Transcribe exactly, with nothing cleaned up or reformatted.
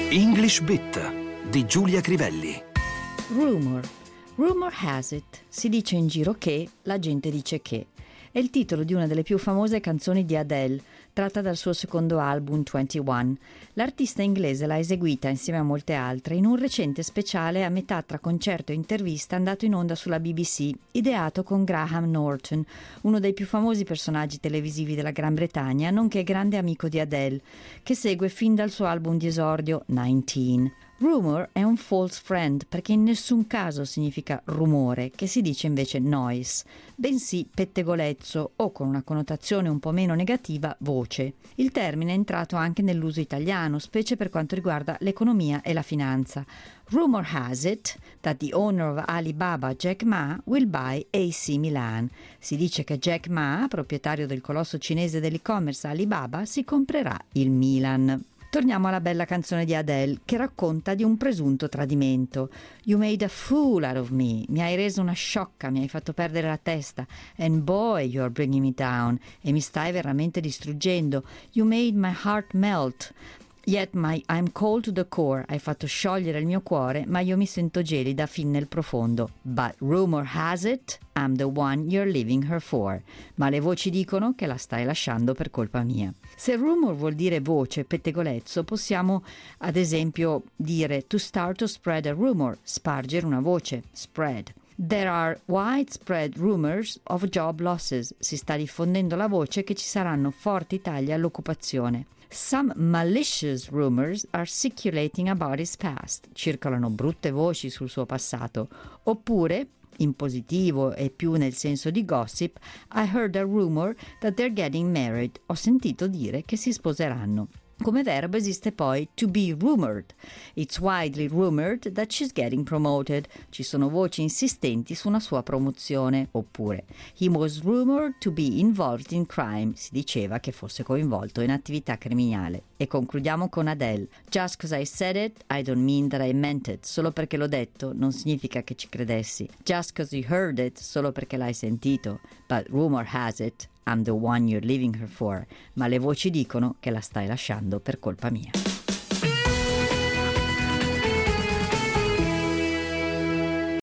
English Bit di Giulia Crivelli. Rumor. Rumor has it. Si dice in giro che, la gente dice che. È il titolo di una delle più famose canzoni di Adele, tratta dal suo secondo album ventuno. L'artista inglese l'ha eseguita insieme a molte altre in un recente speciale a metà tra concerto e intervista andato in onda sulla B B C, ideato con Graham Norton, uno dei più famosi personaggi televisivi della Gran Bretagna, nonché grande amico di Adele, che segue fin dal suo album di esordio diciannove. Rumor è un false friend perché in nessun caso significa rumore, che si dice invece noise, bensì pettegolezzo o, con una connotazione un po' meno negativa, voce. Il termine è entrato anche nell'uso italiano, specie per quanto riguarda l'economia e la finanza. Rumor has it that the owner of Alibaba, Jack Ma, will buy A C Milan. Si dice che Jack Ma, proprietario del colosso cinese dell'e-commerce Alibaba, si comprerà il Milan. Torniamo alla bella canzone di Adele, che racconta di un presunto tradimento. You made a fool out of me. Mi hai reso una sciocca, mi hai fatto perdere la testa. And boy, you're bringing me down. E mi stai veramente distruggendo. You made my heart melt. Yet my, I'm cold to the core. Hai fatto sciogliere il mio cuore, ma io mi sento gelida fin nel profondo. But rumor has it, I'm the one you're leaving her for. Ma le voci dicono che la stai lasciando per colpa mia. Se rumor vuol dire voce, pettegolezzo, possiamo ad esempio dire to start to spread a rumor, spargere una voce, spread. There are widespread rumors of job losses. Si sta diffondendo la voce che ci saranno forti tagli all'occupazione. Some malicious rumors are circulating about his past. Circolano brutte voci sul suo passato. Oppure, in positivo e più nel senso di gossip, I heard a rumor that they're getting married. Ho sentito dire che si sposeranno. Come verbo esiste poi to be rumored. It's widely rumored that she's getting promoted. Ci sono voci insistenti su una sua promozione. Oppure he was rumored to be involved in crime. Si diceva che fosse coinvolto in attività criminale. E concludiamo con Adele. Just because I said it, I don't mean that I meant it. Solo perché l'ho detto non significa che ci credessi. Just because you heard it, solo perché l'hai sentito. But rumor has it, I'm the one you're leaving her for. Ma le voci dicono che la stai lasciando per colpa mia.